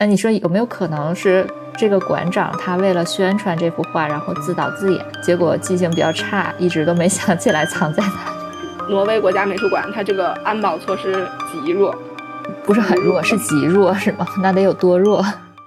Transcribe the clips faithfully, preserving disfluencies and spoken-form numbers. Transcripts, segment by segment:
那你说有没有可能是这个馆长他为了宣传这幅画，然后自导自演，结果记性比较差，一直都没想起来藏在哪里？ 挪威国家美术馆它这个安保措施极弱， 不是很弱，是极弱是吗？那得有多弱？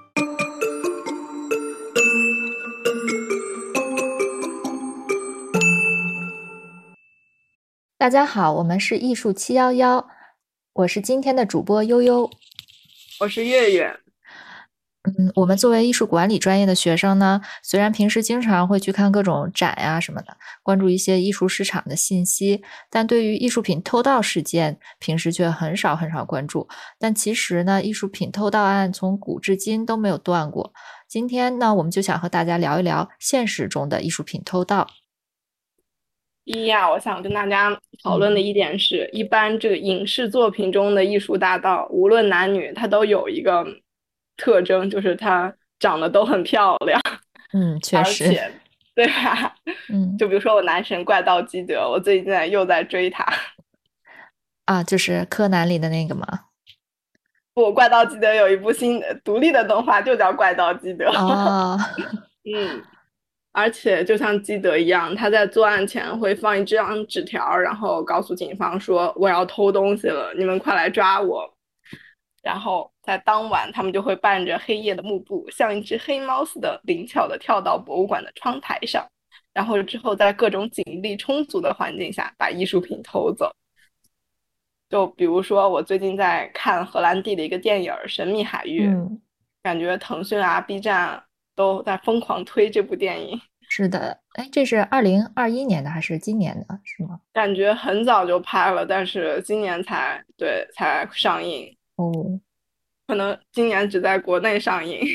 大家好，我们是艺术七一一，我是今天的主播悠悠， 我是月月。 嗯，我们作为艺术管理专业的学生呢，虽然平时经常会去看各种展呀、什么的，关注一些艺术市场的信息，但对于艺术品偷盗事件，平时却很少很少关注。但其实呢，艺术品偷盗案从古至今都没有断过。今天呢，我们就想和大家聊一聊现实中的艺术品偷盗。 一呀，我想跟大家讨论的一点是，一般这个影视作品中的艺术大盗，无论男女，他都有一个特征，就是他长得都很漂亮。 嗯，确实。 而且，对吧？ 嗯， 就比如说我男神怪盗基德，我最近在又在追他。 啊，就是柯南里的那个吗？ 不，怪盗基德有一部新的独立的动画，就叫怪盗基德。 哦， 嗯。而且就像基德一样，他在作案前会放一张纸条，然后告诉警方说我要偷东西了，你们快来抓我。然后在当晚，他们就会伴着黑夜的幕布，像一只黑猫似的灵巧的跳到博物馆的窗台上，然后之后在各种警力充足的环境下把艺术品偷走。就比如说我最近在看荷兰弟的一个电影《神秘海域》， 嗯， 感觉腾讯啊 B 站都在疯狂推这部电影。 是的。哎，这是二零二一年的还是今年的，是吗？ 感觉很早就拍了，但是今年才对才上映， 哦， 可能今年只在国内上映。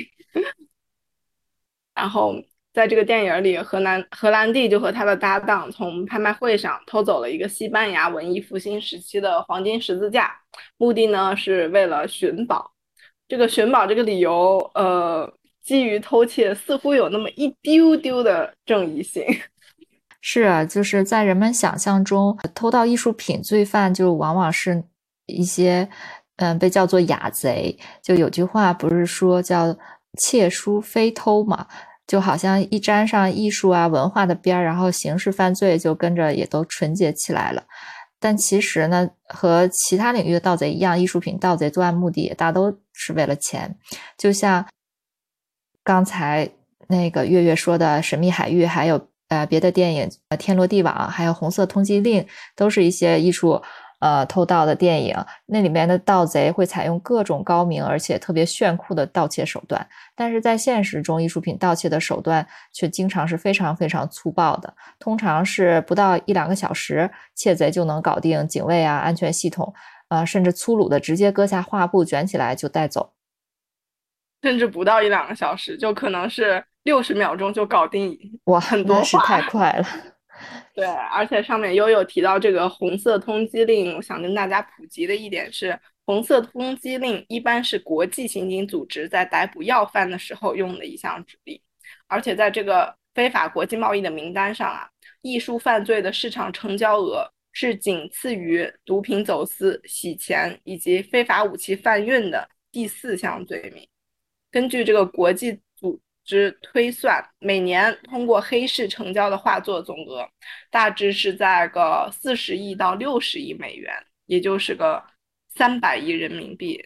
然后在这个电影里，荷兰荷兰弟就和他的搭档从拍卖会上偷走了一个西班牙文艺复兴时期的黄金十字架，目的呢是为了寻宝。这个寻宝这个理由，呃，基于偷窃，似乎有那么一丢丢的正义性。 是啊，就是在人们想象中，偷盗艺术品罪犯就往往是一些，嗯，被叫做雅贼。就有句话不是说叫窃书非偷嘛，就好像一沾上艺术啊文化的边儿，然后刑事犯罪就跟着也都纯洁起来了。但其实呢，和其他领域的盗贼一样，艺术品盗贼作案目的也大都是为了钱。就像刚才那个月月说的《神秘海域》，还有呃别的电影《呃天罗地网》，还有《红色通缉令》，都是一些艺术呃偷盗的电影。那里面的盗贼会采用各种高明而且特别炫酷的盗窃手段，但是在现实中，艺术品盗窃的手段却经常是非常非常粗暴的，通常是不到一两个小时，窃贼就能搞定警卫啊、安全系统，呃，甚至粗鲁的直接割下画布卷起来就带走。 甚至不到一两个小时，就可能是六十秒钟就搞定哇， 很多画。 那是太快了。 对，而且上面悠悠提到这个红色通缉令，我想跟大家普及的一点是，红色通缉令一般是国际刑警组织在逮捕要犯的时候用的一项指令，而且在这个非法国际贸易的名单上啊，艺术犯罪的市场成交额是仅次于毒品走私、洗钱以及非法武器贩运的第四项罪名。根据这个国际组织推算，每年通过黑市成交的画作总额大致是在个四十亿到六十亿美元，也就是个三百亿人民币。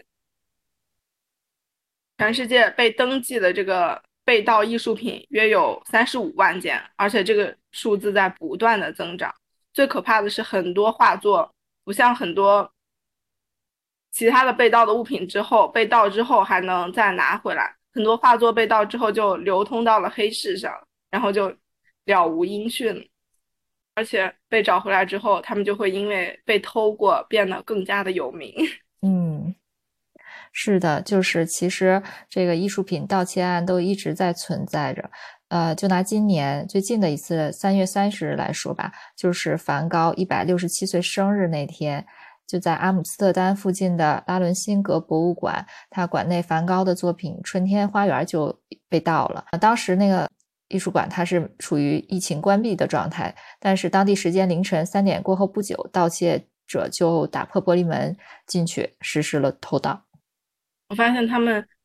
全世界被登记的这个被盗艺术品约有三十五万件，而且这个数字在不断的增长。最可怕的是，很多画作不像很多其他的被盗的物品之后，被盗之后还能再拿回来。很多画作被盗之后就流通到了黑市上，然后就了无音讯。而且被找回来之后，他们就会因为被偷过变得更加的有名。 嗯，是的，就是其实这个艺术品盗窃案都一直在存在着。呃，就拿今年最近的一次三月三十日来说吧，就是梵高一百六十七岁生日那天，就在阿姆斯特丹附近的拉伦辛格博物馆，它馆内梵高的作品《春天花园》就被盗了。当时那个艺术馆它是处于疫情关闭的状态，但是当地时间凌晨三点过后不久，盗窃者就打破玻璃门进去实施了偷盗。 我发现他们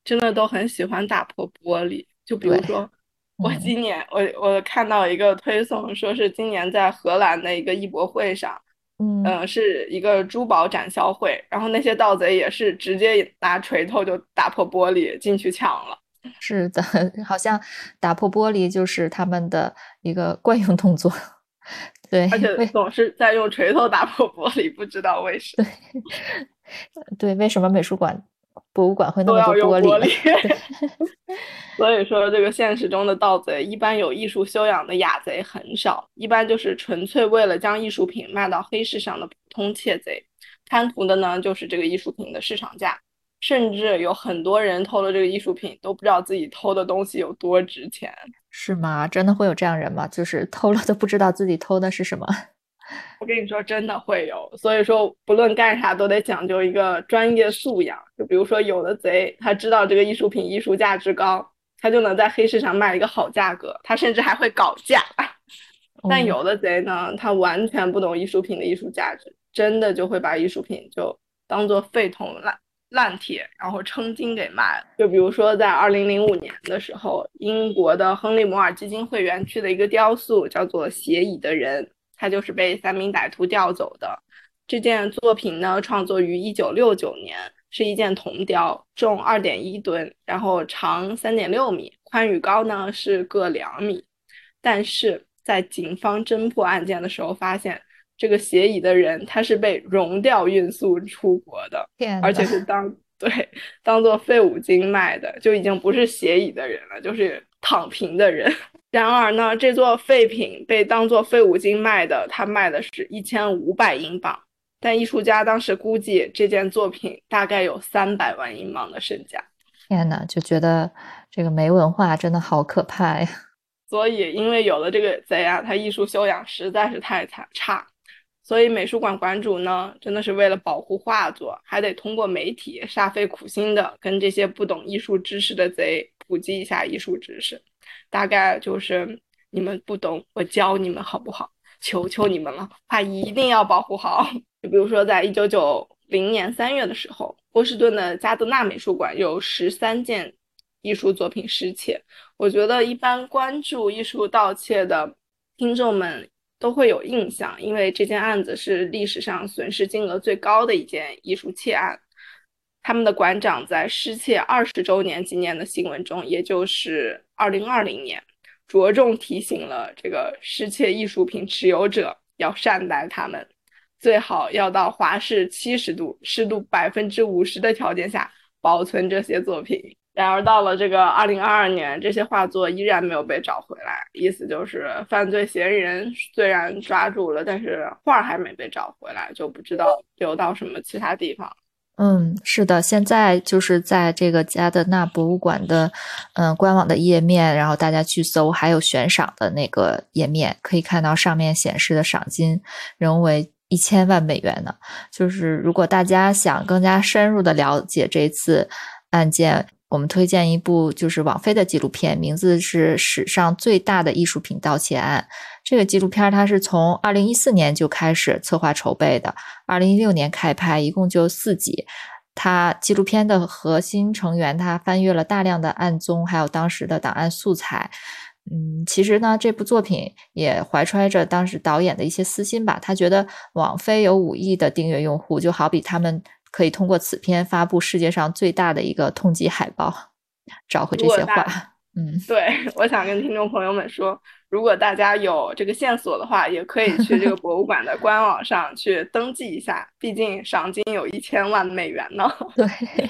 真的都很喜欢打破玻璃。就比如对， 说，我嗯今年我我看到一个推送，说是今年在荷兰的一个艺博会上， 嗯， 呃，是一个珠宝展销会，然后那些盗贼也是直接拿锤头就打破玻璃进去抢了。 是的，好像打破玻璃就是他们的一个惯用动作。对， 而且为总是在用锤头打破玻璃，不知道为什么对，为什么美术馆、博物馆会那么多都要用玻璃呢？ 玻璃。 对， 所以说，这个现实中的盗贼一般有艺术修养的雅贼很少，一般就是纯粹为了将艺术品卖到黑市上的普通窃贼，贪图的呢就是这个艺术品的市场价，甚至有很多人偷了这个艺术品都不知道自己偷的东西有多值钱。 是吗？真的会有这样人吗？就是偷了都不知道自己偷的是什么。 我跟你说，真的会有，所以说不论干啥都得讲究一个专业素养。就比如说，有的贼他知道这个艺术品艺术价值高，他就能在黑市上卖一个好价格，他甚至还会搞价。但哦， 有的贼呢，他完全不懂艺术品的艺术价值，真的就会把艺术品就当做废铜烂烂铁，然后称斤给卖了。就比如说，在二零零五年的时候，英国的亨利摩尔基金会园区的一个雕塑叫做《斜倚的人》，它就是被三名歹徒调走的。这件作品呢，创作于一九六九年，是一件铜雕，重二点一吨，然后长三点六米，宽与高呢是各两米。但是在警方侦破案件的时候，发现这个协议的人他是被熔掉运输出国的，而天呐， 且是当对当做废五金卖的，就已经不是协议的人了，就是躺平的人。然而呢，这座废品被当做废五金卖的，他卖的是一千五百英镑，但艺术家当时估计这件作品大概有三百万英镑的身价。 天呐，就觉得这个没文化真的好可怕呀！ 所以，因为有了这个贼啊，他艺术修养实在是太差，所以美术馆馆主呢，真的是为了保护画作，还得通过媒体煞费苦心的跟这些不懂艺术知识的贼普及一下艺术知识。大概就是你们不懂，我教你们好不好？求求你们了，画一定要保护好。就比如说，在一九九零年三月的时候，波士顿的加德纳美术馆有十三件艺术作品失窃。我觉得一般关注艺术盗窃的听众们都会有印象，因为这件案子是历史上损失金额最高的一件艺术窃案。他们的馆长在失窃二十周年纪念的新闻中，也就是二零二零年，着重提醒了这个失窃艺术品持有者要善待他们，最好要到华氏七十度、湿度百分之五十的条件下保存这些作品。然而到了这个二零二二年，这些画作依然没有被找回来，意思就是犯罪嫌疑人虽然抓住了，但是画还没被找回来，就不知道流到什么其他地方。 嗯，是的，现在就是在这个加德纳博物馆的嗯官网的页面，然后大家去搜，还有悬赏的那个页面，可以看到上面显示的赏金仍为一千万美元呢。就是如果大家想更加深入的了解这次案件，我们推荐一部就是网飞的纪录片，名字是史上最大的艺术品盗窃案。这个纪录片它是从二零一四年就开始策划筹备的，二零一六年开拍，一共就四集。它纪录片的核心成员，他翻阅了大量的案宗，还有当时的档案素材。嗯，其实呢，这部作品也怀揣着当时导演的一些私心吧。他觉得网飞有五亿的订阅用户，就好比他们可以通过此片发布世界上最大的一个通缉海报，找回这些如果大画。嗯， 对，我想跟听众朋友们说，如果大家有这个线索的话，也可以去这个博物馆的官网上去登记一下，毕竟赏金有一千万美元呢。 对，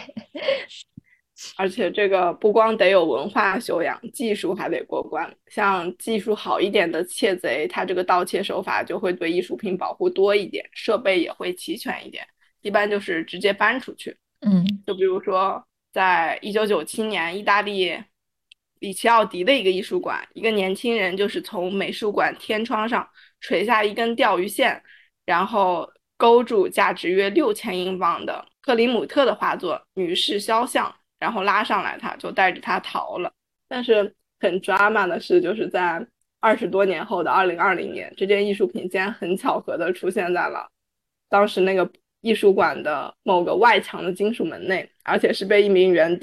而且这个不光得有文化修养，技术还得过关。像技术好一点的窃贼，他这个盗窃手法就会对艺术品保护多一点，设备也会齐全一点，一般就是直接搬出去。 嗯就比如说，在一九九七年，意大利里奇奥迪的一个艺术馆，一个年轻人就是从美术馆天窗上垂下一根钓鱼线，然后勾住价值约六千英镑的克里姆特的画作《女士肖像》，然后拉上来他，就带着他逃了。但是很 drama 的是，就是在二十多年后的二零二零年，这件艺术品竟然很巧合的出现在了当时那个艺术馆的某个外墙的金属门内，而且是被一名园丁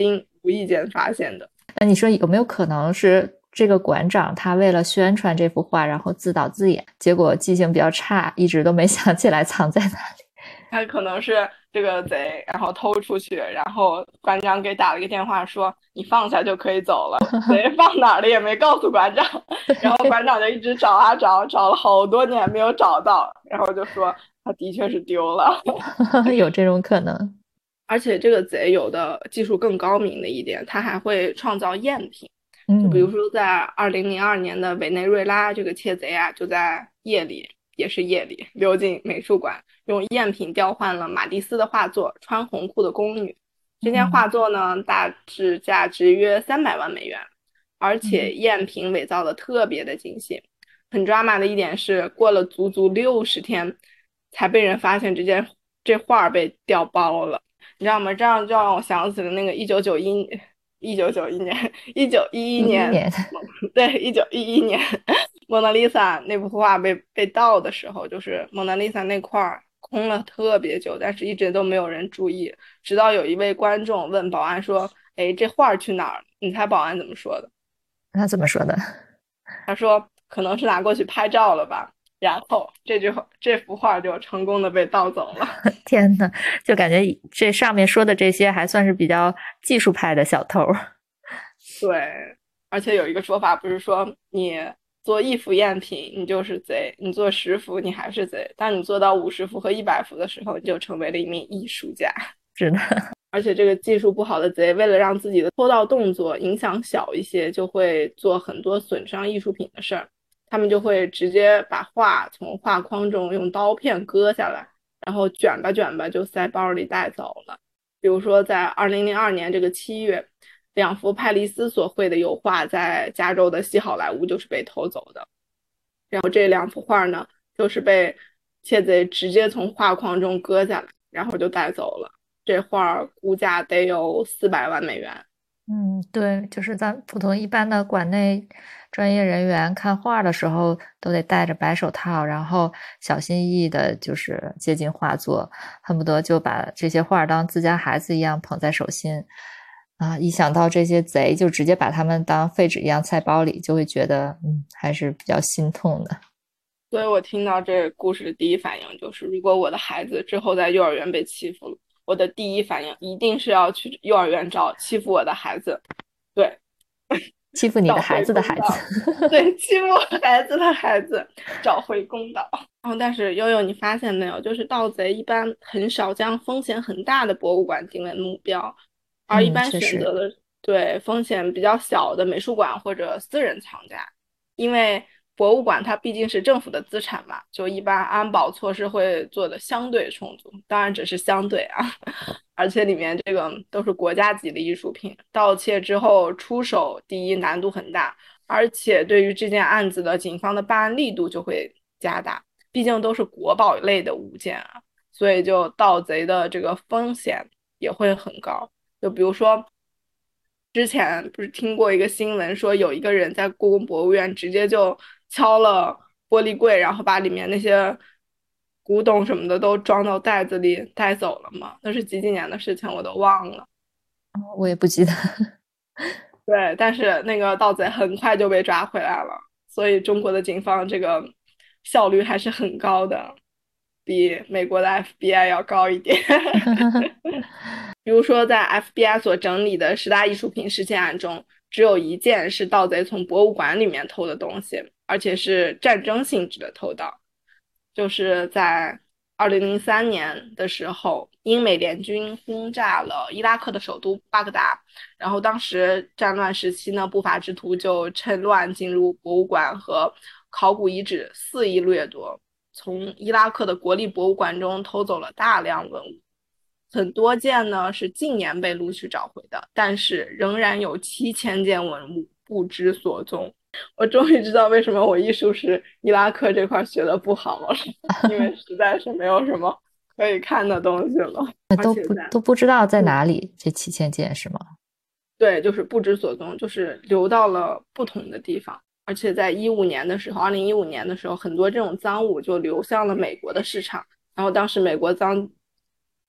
无意间发现的。 那你说有没有可能是这个馆长他为了宣传这幅画，然后自导自演，结果记性比较差，一直都没想起来藏在哪里？ 他可能是这个贼，然后偷出去，然后馆长给打了个电话说你放下就可以走了，贼放哪儿了也没告诉馆长，然后馆长就一直找啊找，找了好多年没有找到，然后就说他的确是丢了。 有这种可能。 而且这个贼有的技术更高明的一点，他还会创造赝品。就比如嗯说在二零零二年的委内瑞拉，这个窃贼啊就在夜里，也是夜里溜进美术馆，用赝品调换了马蒂斯的画作《穿红裤的宫女》。这件画嗯作呢，大致价值约三百万美元，而且嗯， 赝品伪造的特别的精细。很抓马的一点是，过了足足六十天，才被人发现这件这画被调包了。你知道吗？这样就让我想起了那个一九九一一九九一年一九一一年， 一一年。 对，一九一一年蒙娜丽莎那幅画被被盗的时候，就是蒙娜丽莎那块儿空了特别久，但是一直都没有人注意，直到有一位观众问保安说：“哎，这画去哪儿？”你猜保安怎么说的？ 他怎么说的？ 他说：“可能是拿过去拍照了吧。”然后这句话这幅画就成功的被盗走了。 天呐，就感觉这上面说的这些还算是比较技术派的小偷。 对，而且有一个说法不是说你做一幅赝品你就是贼，你做十幅你还是贼，当你做到五十幅和一百幅的时候，你就成为了一名艺术家。 是的。 而且这个技术不好的贼，为了让自己的偷盗动作影响小一些，就会做很多损伤艺术品的事儿。他们就会直接把画从画框中用刀片割下来，然后卷吧卷吧就塞包里带走了。比如说，在二零零二年这个七月，两幅派丽丝所绘的油画在加州的西好莱坞就是被偷走的。然后这两幅画呢，就是被窃贼直接从画框中割下来，然后就带走了。这画估价得有四百万美元。 嗯，对，就是咱普通一般的馆内专业人员看画的时候，都得戴着白手套，然后小心翼翼的，就是接近画作，恨不得就把这些画当自家孩子一样捧在手心。啊，一想到这些贼就直接把他们当废纸一样塞包里，就会觉得嗯，还是比较心痛的。 所以我听到这故事的第一反应就是，如果我的孩子之后在幼儿园被欺负了，我的第一反应一定是要去幼儿园找欺负我的孩子，对， 欺负你的找回孩子的孩公道， 子。 对，欺负我孩子的孩子，找回公道。然后，但是悠悠，你发现没有，就是盗贼一般很少将风险很大的博物馆定为目标，而一嗯， 般确实。 选择的对风险比较小的美术馆或者私人藏家，因为博物馆它毕竟是政府的资产嘛，就一般安保措施会做的相对充足，当然只是相对啊。而且里面这个都是国家级的艺术品，盗窃之后出手，第一难度很大，而且对于这件案子的警方的办案力度就会加大，毕竟都是国宝类的物件啊，所以就盗贼的这个风险也会很高。就比如说，之前不是听过一个新闻，说有一个人在故宫博物院直接就敲了玻璃柜，然后把里面那些古董什么的都装到袋子里带走了嘛？那是几几年的事情，我都忘了。 我也不记得。 对，但是那个盗贼很快就被抓回来了，所以中国的警方这个效率还是很高的，比美国的 F B I 要高一点。比如说，在 F B I 所整理的十大艺术品失窃案中，只有一件是盗贼从博物馆里面偷的东西，而且是战争性质的偷盗。就是在二零零三年的时候，英美联军轰炸了伊拉克的首都巴格达，然后当时战乱时期呢，不法之徒就趁乱进入博物馆和考古遗址肆意掠夺，从伊拉克的国立博物馆中偷走了大量文物。很多件呢是近年被陆续找回的，但是仍然有七千件文物不知所踪。我终于知道为什么我艺术史伊拉克这块学的不好了，因为实在是没有什么可以看的东西了。 都不都不知道在哪里，这七千件是吗？ 对，就是不知所踪，就是流到了不同的地方。而且在一五年的时候，二零一五年的时候，很多这种赃物就流向了美国的市场。然后当时美国赃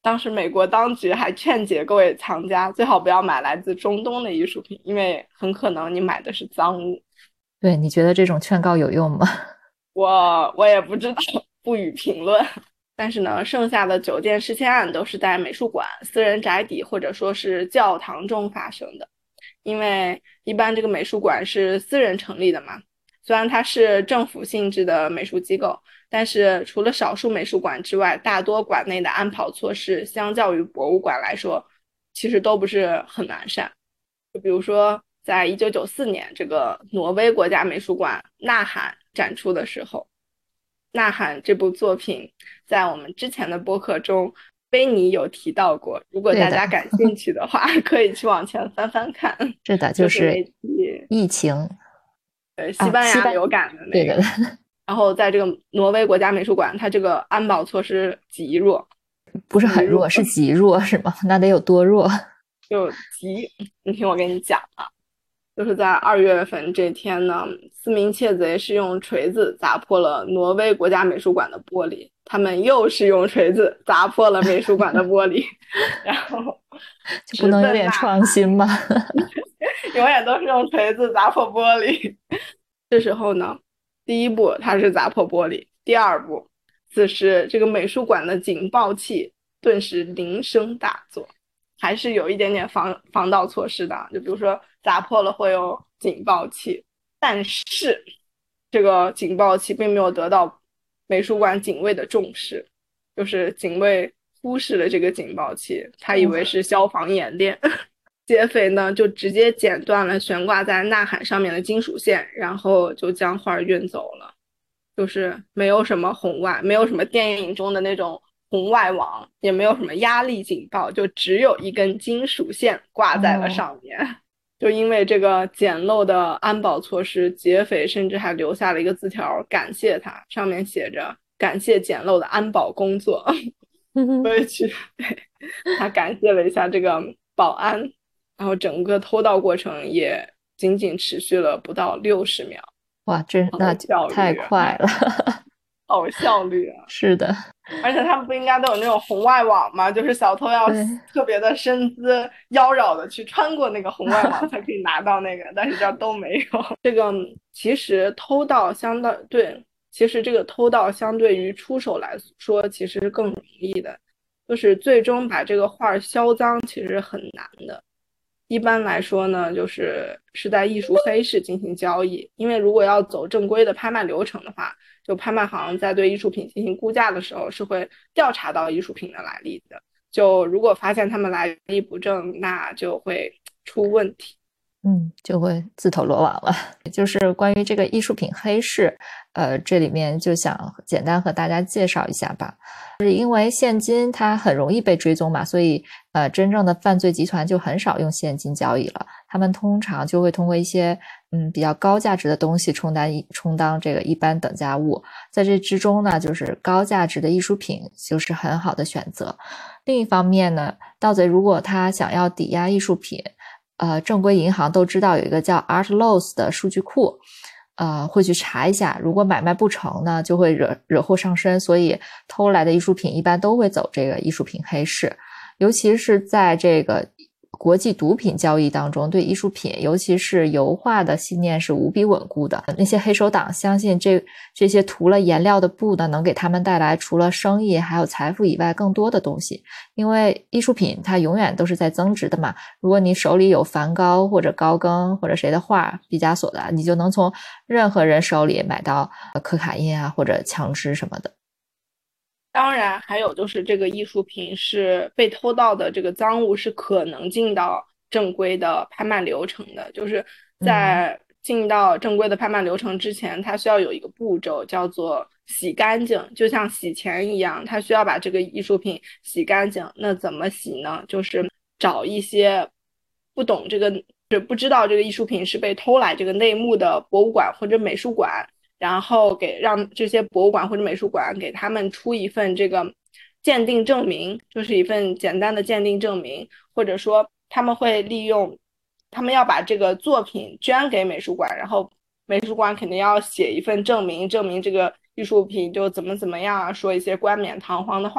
当时美国当局还劝解各位藏家最好不要买来自中东的艺术品，因为很可能你买的是赃物。 对，你觉得这种劝告有用吗？ 我我也不知道，不予评论。但是呢，剩下的九件失窃案都是在美术馆、私人宅邸或者说是教堂中发生的。因为一般这个美术馆是私人成立的嘛，虽然它是政府性质的美术机构，但是除了少数美术馆之外，大多馆内的安保措施相较于博物馆来说，其实都不是很完善。就比如说，在一九九四年，这个挪威国家美术馆《呐喊》展出的时候，《呐喊》这部作品在我们之前的播客中，贝尼有提到过。如果大家感兴趣的话，可以去往前翻翻看。 是的，就是疫情， 对，西班牙流感的那个。 对的。 然后在这个挪威国家美术馆，它这个安保措施极弱， 不是很弱，是极弱，是吗？那得有多弱？ 就极，你听我跟你讲啊。就是在二月份这天呢，四名窃贼是用锤子砸破了挪威国家美术馆的玻璃，他们又是用锤子砸破了美术馆的玻璃，然后就不能有点创新吗？ 永远都是用锤子砸破玻璃。这时候呢，第一步他是砸破玻璃，第二步，此时这个美术馆的警报器顿时铃声大作。还是有一点点防防盗措施的，就比如说砸破了会有警报器，但是这个警报器并没有得到美术馆警卫的重视，就是警卫忽视了这个警报器，他以为是消防演练。劫匪呢就直接剪断了悬挂在呐喊上面的金属线，然后就将画运走了。就是没有什么红外，没有什么电影中的那种红外网，也没有什么压力警报，就只有一根金属线挂在了上面。哦、就因为这个简陋的安保措施，劫匪甚至还留下了一个字条感谢他，上面写着感谢简陋的安保工作。所以去他感谢了一下这个保安，然后整个偷盗过程也仅仅持续了不到六十秒。 哇，这那太快了。 好效率啊！ 是的， 而且他们不应该都有那种红外网吗？就是小偷要特别的身姿妖娆的去穿过那个红外网才可以拿到那个，但是这都没有。这个其实偷盗相当对，其实这个偷盗相对于出手来说，其实更容易的，就是最终把这个画销赃，其实很难的。一般来说呢，就是是在艺术黑市进行交易，因为如果要走正规的拍卖流程的话，就拍卖行在对艺术品进行估价的时候是会调查到艺术品的来历的，就如果发现他们来历不正，那就会出问题。 嗯，就会自投罗网了。就是关于这个艺术品黑市，呃，这里面就想简单和大家介绍一下吧。就是因为现金它很容易被追踪嘛，所以呃，真正的犯罪集团就很少用现金交易了。他们通常就会通过一些嗯比较高价值的东西充当充当这个一般等价物。在这之中呢，就是高价值的艺术品就是很好的选择。另一方面呢，盗贼如果他想要抵押艺术品，呃，正规银行都知道有一个叫 Art Loss 的数据库，呃，会去查一下，如果买卖不成呢，就会惹惹祸上身，所以偷来的艺术品一般都会走这个艺术品黑市，尤其是在这个国际毒品交易当中，对艺术品尤其是油画的信念是无比稳固的。那些黑手党相信这这些涂了颜料的布呢，能给他们带来除了生意还有财富以外更多的东西，因为艺术品它永远都是在增值的嘛。如果你手里有梵高或者高更或者谁的画，毕加索的，你就能从任何人手里买到可卡因啊或者枪支什么的。 当然还有就是这个艺术品是被偷盗的这个赃物是可能进到正规的拍卖流程的，就是在进到正规的拍卖流程之前，它需要有一个步骤叫做洗干净，就像洗钱一样，它需要把这个艺术品洗干净。那怎么洗呢？就是找一些不懂这个是不知道这个艺术品是被偷来这个内幕的博物馆或者美术馆，然后给让这些博物馆或者美术馆给他们出一份这个鉴定证明，就是一份简单的鉴定证明，或者说他们会利用他们要把这个作品捐给美术馆，然后美术馆肯定要写一份证明，证明这个艺术品就怎么怎么样，说一些冠冕堂皇的话，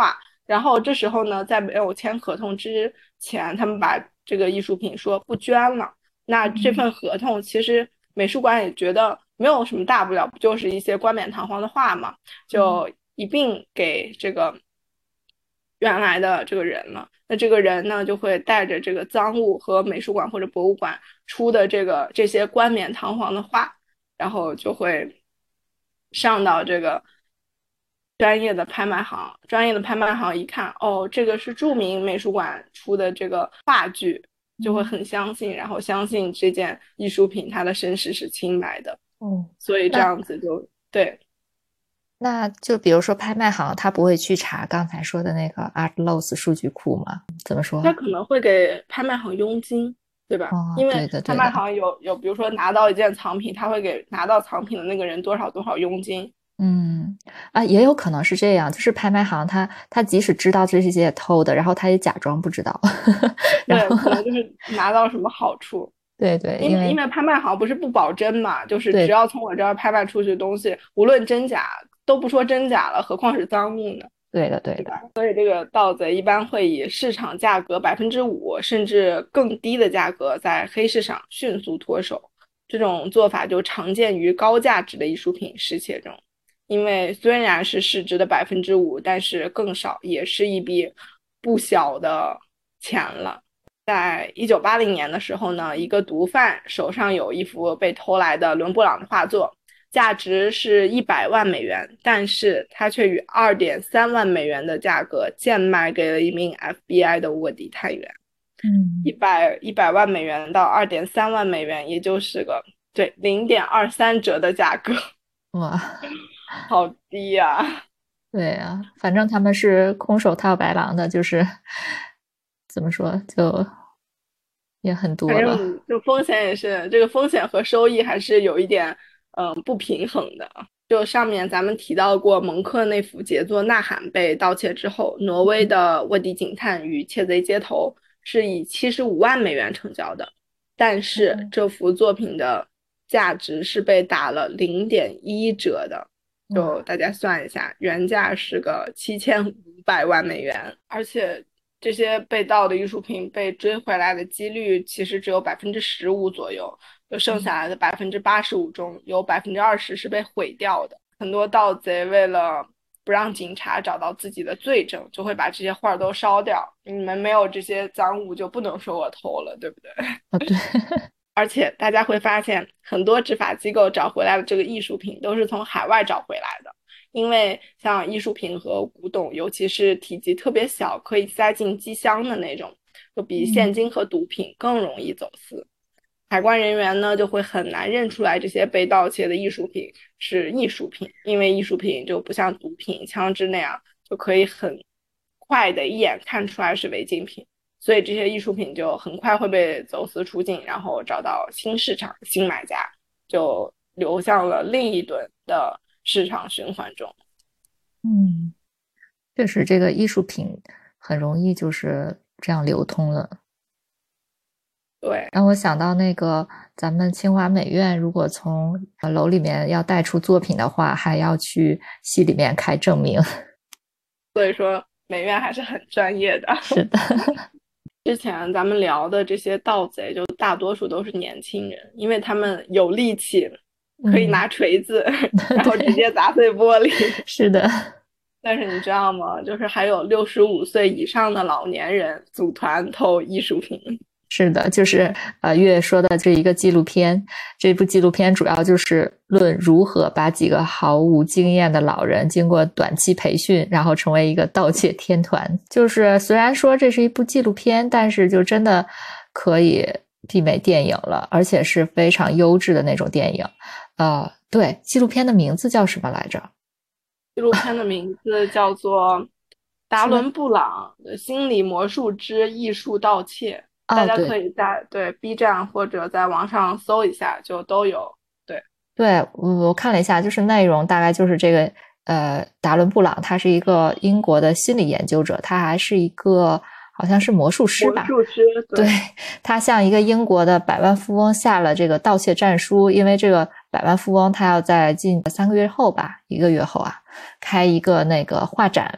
然后这时候呢，在没有签合同之前，他们把这个艺术品说不捐了。那这份合同其实美术馆也觉得没有什么大不了，不就是一些冠冕堂皇的画嘛，就一并给这个原来的这个人了。那这个人呢，就会带着这个赃物和美术馆或者博物馆出的这个这些冠冕堂皇的画，然后就会上到这个专业的拍卖行。专业的拍卖行一看，哦，这个是著名美术馆出的这个话剧，就会很相信，然后相信这件艺术品它的身世是清白的。 哦， 所以这样子就对。 那就比如说拍卖行，他不会去查刚才说的那个 Art Loss 数据库吗？怎么说？ 他可能会给拍卖行佣金，对吧？ 哦， 因为对的， 拍对的。 卖行有有，比如说拿到一件藏品，他会给拿到藏品的那个人多少多少佣金。 嗯，啊，也有可能是这样，就是拍卖行他他即使知道这是些偷的，然后他也假装不知道。然对， 后可能就是拿到什么好处。 对对， 因因为为因为拍卖行不是不保真嘛，就是只对要从我这儿拍卖出去的东西，无论真假都不说真假了，何况是赃物呢？ 对的对的。 所以这个盗贼一般会以市场价格百分之五甚至更低的价格在黑市上迅速脱手。这种做法就常见于高价值的艺术品失窃中，因为虽然是市值的百分之五，但是更少也是一笔不小的钱了。在一九八零年的时候呢，一个毒贩手上有一幅被偷来的伦勃朗的画作，价值是一百万美元，但是他却以二点三万美元的价格贱卖给了一名 F B I 的卧底探员。 嗯， 一百一百万美元到二点三万美元，也就是个对零点二三折的价格。 哇， 好低呀、啊！ 对啊，反正他们是空手套白狼的，就是怎么说就也很多反了。 正就风险也是，这个风险和收益还是有一点嗯、呃不平衡的。就上面咱们提到过，蒙克那幅杰作《呐喊》被盗窃之后，挪威的卧底警探与窃贼接头是以七十五万美元成交的，但是这幅作品的价值是被打了零点一折的。就大家算一下，原价是个七千五百万美元，而且这些被盗的艺术品被追回来的几率其实只有百分之十五左右，就剩下来的百分之八十五中有百分之二十是被毁掉的。很多盗贼为了不让警察找到自己的罪证，就会把这些画都烧掉。你们没有这些赃物，就不能说我偷了，对不对？ 啊，对。 而且大家会发现，很多执法机构找回来的这个艺术品都是从海外找回来的，因为像艺术品和古董，尤其是体积特别小，可以塞进机箱的那种，就比现金和毒品更容易走私。海关人员呢就会很难认出来这些被盗窃的艺术品是艺术品，因为艺术品就不像毒品、枪支那样就可以很快的一眼看出来是违禁品。所以这些艺术品就很快会被走私出境，然后找到新市场、新买家，就流向了另一轮的市场循环中。 嗯，确实，这个艺术品很容易就是这样流通了。 对， 让我想到那个咱们清华美院，如果从楼里面要带出作品的话，还要去系里面开证明。 所以说美院还是很专业的。 是的。 之前咱们聊的这些盗贼，就大多数都是年轻人，因为他们有力气，可以拿锤子，嗯、然后直接砸碎玻璃。 是的。 但是你知道吗？就是还有六十五岁以上的老年人组团偷艺术品。 是的，就是呃，月说的这一个纪录片，这部纪录片主要就是论如何把几个毫无经验的老人经过短期培训，然后成为一个盗窃天团。就是虽然说这是一部纪录片，但是就真的可以媲美电影了，而且是非常优质的那种电影。呃，对，纪录片的名字叫什么来着？ 纪录片的名字叫做达伦布朗的心理魔术之艺术盗窃。大家可以在、哦、对, 对 B 站或者在网上搜一下，就都有。对对，我看了一下，就是内容大概就是这个呃，达伦布朗他是一个英国的心理研究者，他还是一个好像是魔术师吧。 魔术师 对, 对，他向一个英国的百万富翁下了这个盗窃战书，因为这个百万富翁他要在近三个月后吧，一个月后啊，开一个那个画展。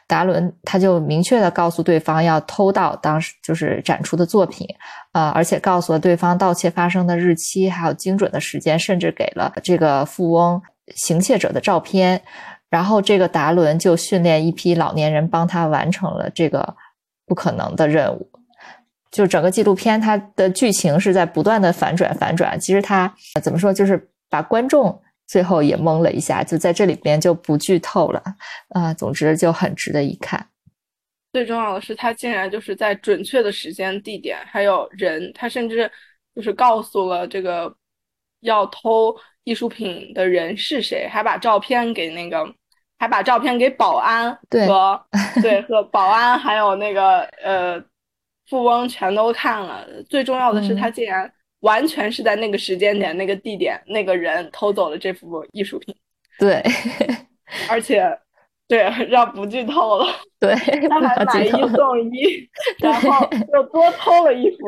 达伦他就明确的告诉对方要偷盗当时就是展出的作品，呃，而且告诉了对方盗窃发生的日期，还有精准的时间，甚至给了这个富翁行窃者的照片。然后这个达伦就训练一批老年人帮他完成了这个不可能的任务。就整个纪录片它的剧情是在不断的反转反转，其实它怎么说，就是把观众最后也懵了一下，就在这里边就不剧透了啊、呃，总之就很值得一看。 最重要的是他竟然就是在准确的时间地点还有人，他甚至就是告诉了这个要偷艺术品的人是谁，还把照片给那个还把照片给保安对和对和保安还有那个呃富翁全都看了。最重要的是他竟然完全是在那个时间点那个地点那个人偷走了这幅艺术品。 对而且对让不剧透了， 对他还买一送一，然后又多偷了一幅。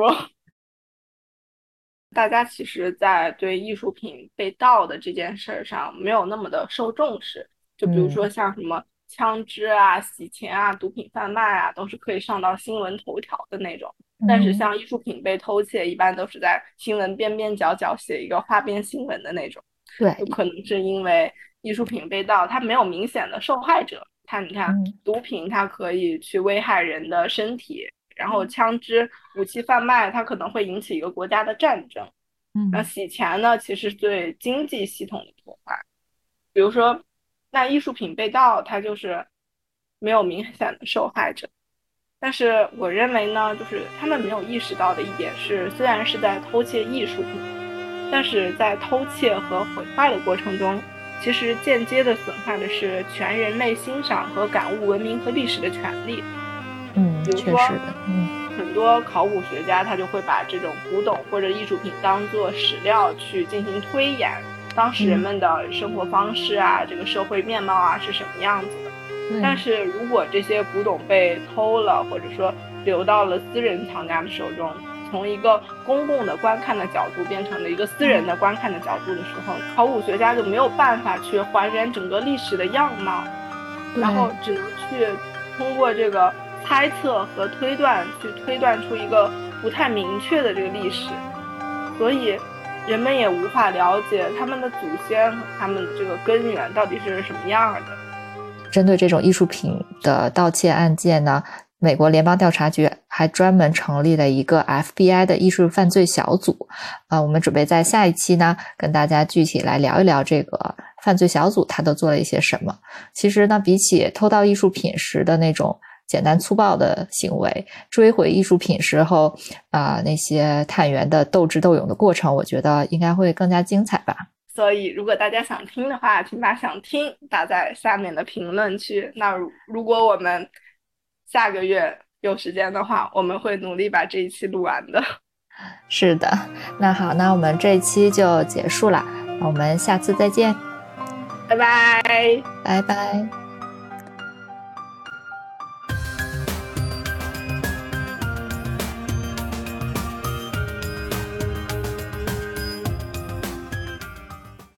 大家其实在对艺术品被盗的这件事上没有那么的受重视，就比如说像什么枪支啊、洗钱啊、毒品贩卖啊，都是可以上到新闻头条的那种。但是像艺术品被偷窃，一般都是在新闻边边角角写一个花边新闻的那种。 对， 有可能是因为艺术品被盗，它没有明显的受害者。它你看，毒品它可以去危害人的身体，然后枪支、武器贩卖，它可能会引起一个国家的战争。 嗯， 那洗钱呢，其实对经济系统的破坏。比如说，那艺术品被盗，它就是没有明显的受害者。但是我认为呢，就是他们没有意识到的一点是，虽然是在偷窃艺术品，但是在偷窃和毁坏的过程中，其实间接的损害的是全人类欣赏和感悟文明和历史的权利。 嗯， 比如说， 嗯， 很多考古学家他就会把这种古董或者艺术品当作史料去进行推演，当时人们的生活方式啊，这个社会面貌啊是什么样子的。但是如果这些古董被偷了，或者说流到了私人藏家的手中，从一个公共的观看的角度变成了一个私人的观看的角度的时候，考古学家就没有办法去还原整个历史的样貌，然后只能去通过这个猜测和推断去推断出一个不太明确的这个历史，所以人们也无法了解他们的祖先和他们的这个根源到底是什么样的。 针对这种艺术品的盗窃案件呢，美国联邦调查局还专门成立了一个 F B I 的艺术犯罪小组。呃，我们准备在下一期呢，跟大家具体来聊一聊这个犯罪小组它都做了一些什么。其实呢，比起偷盗艺术品时的那种简单粗暴的行为，追回艺术品时候啊、呃、那些探员的斗智斗勇的过程，我觉得应该会更加精彩吧。 所以如果大家想听的话，请把想听打在下面的评论区。那如果我们下个月有时间的话，我们会努力把这一期录完的。 是的，那好，那我们这一期就结束了，那我们下次再见， 拜拜， 拜拜。